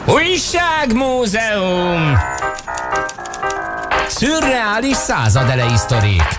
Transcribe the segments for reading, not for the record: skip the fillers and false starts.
Újságmúzeum! Szürreális századelei sztorik.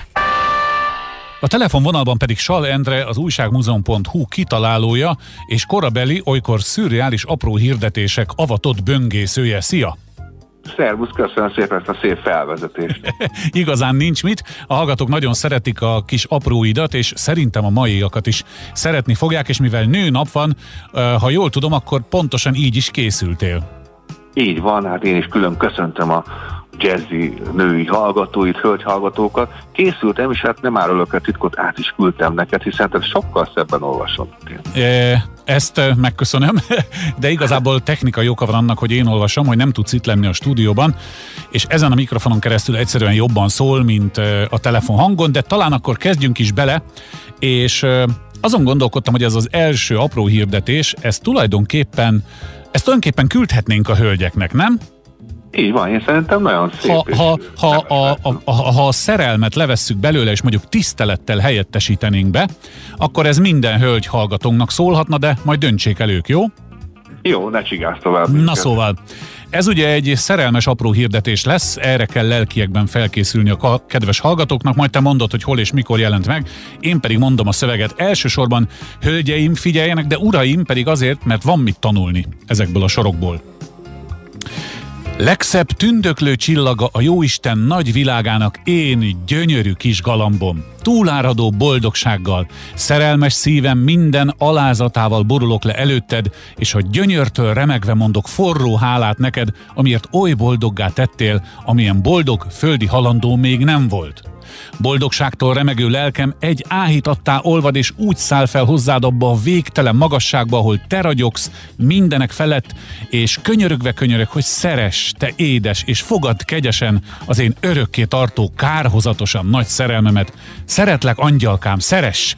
A telefonvonalban pedig Sall Endre, az újságmúzeum.hu kitalálója és korabeli, olykor szürreális apró hirdetések avatott böngészője. Szia! Szervusz, köszönöm szépen ezt a szép felvezetést. Igazán nincs mit. A hallgatók nagyon szeretik a kis apróidat, és szerintem a maiakat is szeretni fogják, és mivel nőnap van, ha jól tudom, akkor pontosan így is készültél. Így van, hát én is külön köszöntöm a jazzy női hallgatóit, hölgyhallgatókat. Készültem, és hát nem árulok a titkot, át is küldtem neked, hiszen te sokkal szebben olvasod. Ezt megköszönöm, de igazából technikai oka van annak, hogy én olvasom, hogy nem tudsz itt lenni a stúdióban, és ezen a mikrofonon keresztül egyszerűen jobban szól, mint a telefon hangon, de talán akkor kezdjünk is bele, és azon gondolkodtam, hogy ez az első apró hirdetés, ezt tulajdonképpen küldhetnénk a hölgyeknek, nem? Így van, én szerintem nagyon szép. Ha a szerelmet levesszük belőle, és mondjuk tisztelettel helyettesítenénk be, akkor ez minden hölgy hallgatónknak szólhatna, de majd döntsék el ők, jó? Jó, ne csigálsz tovább. Na szóval, ez ugye egy szerelmes apró hirdetés lesz, erre kell lelkiekben felkészülni a kedves hallgatóknak, majd te mondod, hogy hol és mikor jelent meg, én pedig mondom a szöveget. Elsősorban hölgyeim figyeljenek, de uraim pedig azért, mert van mit tanulni ezekből a sorokból. Legszebb tündöklő csillaga a jóisten nagy világának én gyönyörű kis galambom. Túláradó boldogsággal, szerelmes szívem minden alázatával borulok le előtted, és a gyönyörtől remegve mondok forró hálát neked, amiért oly boldoggá tettél, amilyen boldog földi halandó még nem volt. Boldogságtól remegő lelkem egy áhítattá olvad, és úgy száll fel hozzád abba a végtelen magasságba, ahol te ragyogsz mindenek felett, és könyörögve könyörög, hogy szeress, te édes, és fogad kegyesen az én örökké tartó, kárhozatosan nagy szerelmemet. Szeretlek, angyalkám, szeress!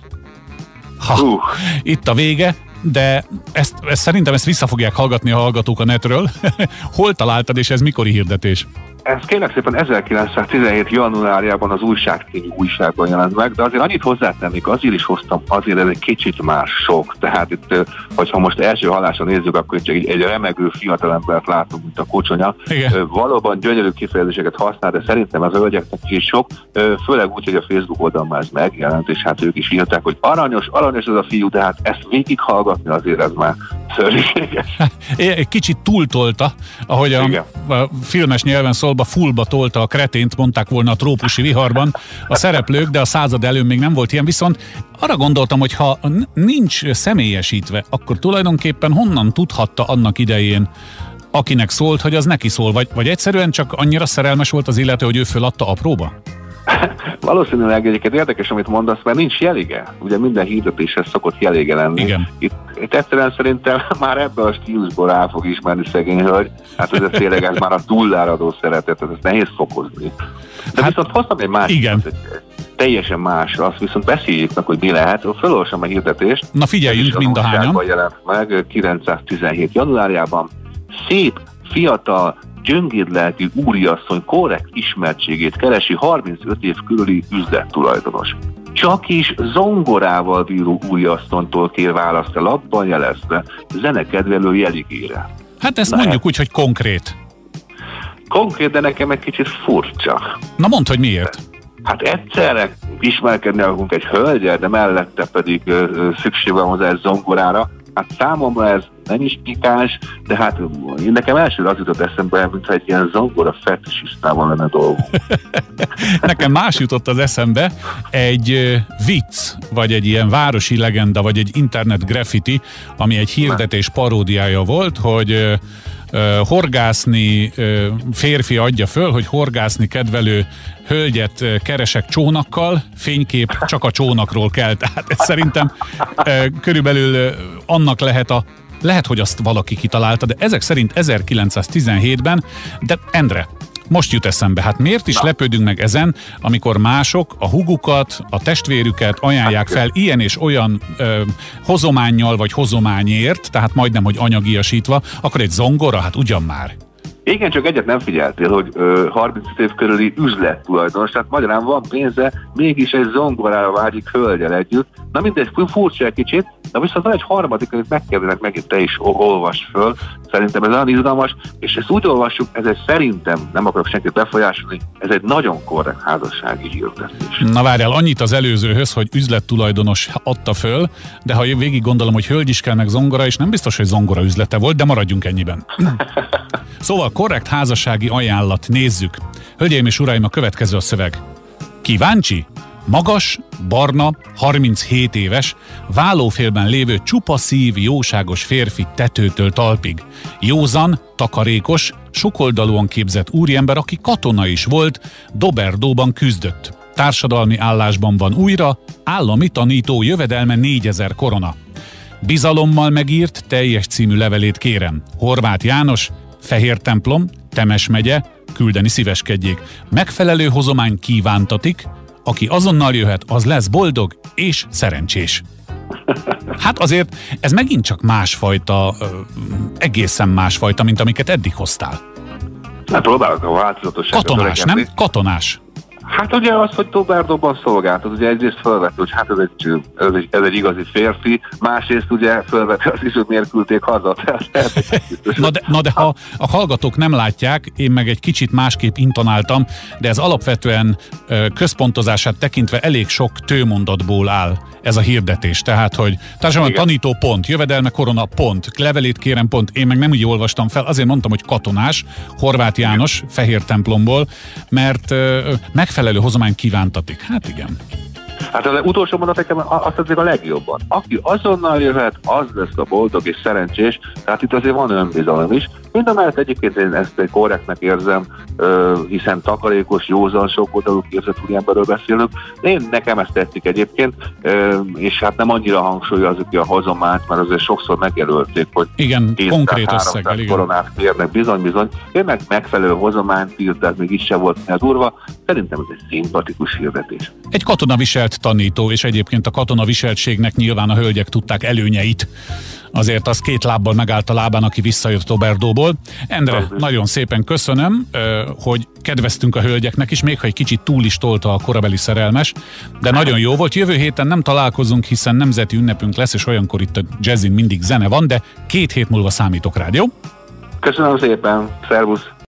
Itt a vége, de szerintem ezt vissza fogják hallgatni a hallgatók a netről. Hol találtad, és ez mikori hirdetés? Ez kérlek szépen 1917. januárjában az Újságtényű újságban jelent meg, de azért annyit hozzátennék, azért is hoztam, azért ez egy kicsit más sok. Tehát itt, hogyha most első hallásra nézzük, akkor csak egy remegő fiatalembert látunk, mint a kocsonya. Valóban gyönyörű kifejezéseket használ, de szerintem az hölgyeknek is sok, főleg úgy, hogy a Facebook oldalon már ez megjelent, és hát ők is írták, hogy aranyos ez a fiú, de hát ezt végighallgatni azért ez már szörnyűséges. Kicsit túltolta, ahogy a filmes nyelven szólva fullba tolta a kretént, mondták volna a trópusi viharban a szereplők, de a század előn még nem volt ilyen, viszont arra gondoltam, hogy ha nincs személyesítve, akkor tulajdonképpen honnan tudhatta annak idején, akinek szólt, hogy az neki szól, vagy egyszerűen csak annyira szerelmes volt az illető, hogy ő föladta apróba? Valószínűleg egyébként érdekes, amit mondasz, mert nincs jelige. Ugye minden hirdetéshez szokott jelige lenni. Igen. Itt egyszerűen szerintem már ebben a stílusból rá fog ismerni szegény hölgy. Hát ez tényleg ez már a túláradó szeretet, ez nehéz fokozni. De viszont hoztam egy másik, teljesen másra, azt viszont beszéljük meg, hogy mi lehet. Felolvasom a hirdetést. Na figyeljünk mind a hányan. Jelent meg 917. januárjában. Szép, fiatal, gyöngédlelkű úriasszony korrekt ismertségét keresi 35 év körüli üzlettulajdonos. Csak is zongorával bíró úriasszonytól kér választ a labban jelezve zenekedvelő jeligére. Hát ezt mondjuk úgy, hogy konkrét. Konkrét, de nekem egy kicsit furcsa. Na mondd, hogy miért? Hát egyszerre ismerkedni akarunk egy hölgyel, de mellette pedig szükség van hozzá egy zongorára. Hát számomra ez nem is pikáns, de hát nekem elsőre az jutott eszembe, mintha egy ilyen zongora fetisisztával lenne dolgunk. Nekem más jutott az eszembe, egy vicc, vagy egy ilyen városi legenda, vagy egy internet graffiti, ami egy hirdetés paródiája volt, hogy horgászni férfi adja föl, hogy horgászni kedvelő hölgyet keresek csónakkal, fénykép csak a csónakról kell. Tehát ez szerintem körülbelül annak lehet, hogy azt valaki kitalálta, de ezek szerint 1917-ben, de Endre, most jut eszembe, hát miért is lepődünk meg ezen, amikor mások a húgukat, a testvérüket ajánlják fel ilyen és olyan hozománnyal vagy hozományért, tehát majdnem, hogy anyagiasítva, akkor egy zongora, hát ugyan már. Igen, csak egyet nem figyeltél, hogy 35 év körüli üzlettulajdonos, tehát magyarán van pénze, mégis egy zongorára vágyik hölgyel együtt. Na mindegy, furcsa egy kicsit, de viszont van egy harmadik, amit megkérdenek megint te is olvasd föl. Szerintem ez olyan izgalmas, és ezt úgy olvassuk, ez egy szerintem, nem akarok senkit befolyásolni, ez egy nagyon korrekt házassági hirdetés. Na várjál, annyit az előzőhöz, hogy üzlettulajdonos adta föl, de ha végig gondolom, hogy hölgy is kell meg zongora, és nem biztos, hogy zongora üzlete volt, de maradjunk ennyiben. Szóval korrekt házassági ajánlat, nézzük. Hölgyeim és uraim, a következő a szöveg. Kíváncsi? Magas, barna, 37 éves, vállófélben lévő csupa szív, jóságos férfi tetőtől talpig. Józan, takarékos, sokoldalúan képzett úriember, aki katona is volt, Doberdóban küzdött. Társadalmi állásban van újra, állami tanító, jövedelme 4000 korona. Bizalommal megírt, teljes című levelét kérem. Horváth János, Fehér templom, Temes megye, küldeni szíveskedjék. Megfelelő hozomány kívántatik, aki azonnal jöhet, az lesz boldog és szerencsés. Hát azért ez megint csak másfajta, egészen másfajta, mint amiket eddig hoztál. Hát próbálok a változatosságot. Katonás, nem? Katonás. Hát ugye az, hogy Doberdóban szolgált, az ugye egyrészt felvette, hogy hát ez egy igazi férfi, másrészt ugye felvette az is, hogy miért küldték haza. Na de ha a hallgatók nem látják, én meg egy kicsit másképp intonáltam, de ez alapvetően központozását tekintve elég sok tőmondatból áll ez a hirdetés. Tehát, hogy társadalmi tanító pont, jövedelme korona pont, levelét kérem pont, én meg nem úgy olvastam fel, azért mondtam, hogy katonás, Horváth János, Fehér templomból, mert megfelelő hozomány kívántatik. Hát igen. Hát az utolsó mondat nekem azt azért a legjobban. Aki azonnal jöhet, az lesz a boldog és szerencsés, tehát itt azért van önbizalom is. Mindamellett egyébként én ezt egy korrektnek érzem, hiszen takarékos, józan, sokoldalú képzett úriemberről beszélünk. Nekem ezt tetszik egyébként, és hát nem annyira hangsúlyozzuk ki a hozományt, mert azért sokszor megjelölték, hogy igen, konkrét összeggel, koronát kérnek, bizony. Én meg megfelelő hozományt írt, tehát még is se volt a durva. Szerintem ez egy szimpatikus hirdetés. Egy katonaviselt tanító, és egyébként a katonaviseltségnek nyilván a hölgyek tudták előnyeit. Azért az két lábbal megállt a lábán, aki visszajött Doberdóból. Endre, nagyon szépen köszönöm, hogy kedveztünk a hölgyeknek is, még ha egy kicsit túl is tolta a korabeli szerelmes, de nagyon jó volt. Jövő héten nem találkozunk, hiszen nemzeti ünnepünk lesz, és olyankor itt a Jazzin mindig zene van, de 2 hét múlva számítok rád, jó? Köszönöm szépen, szervusz!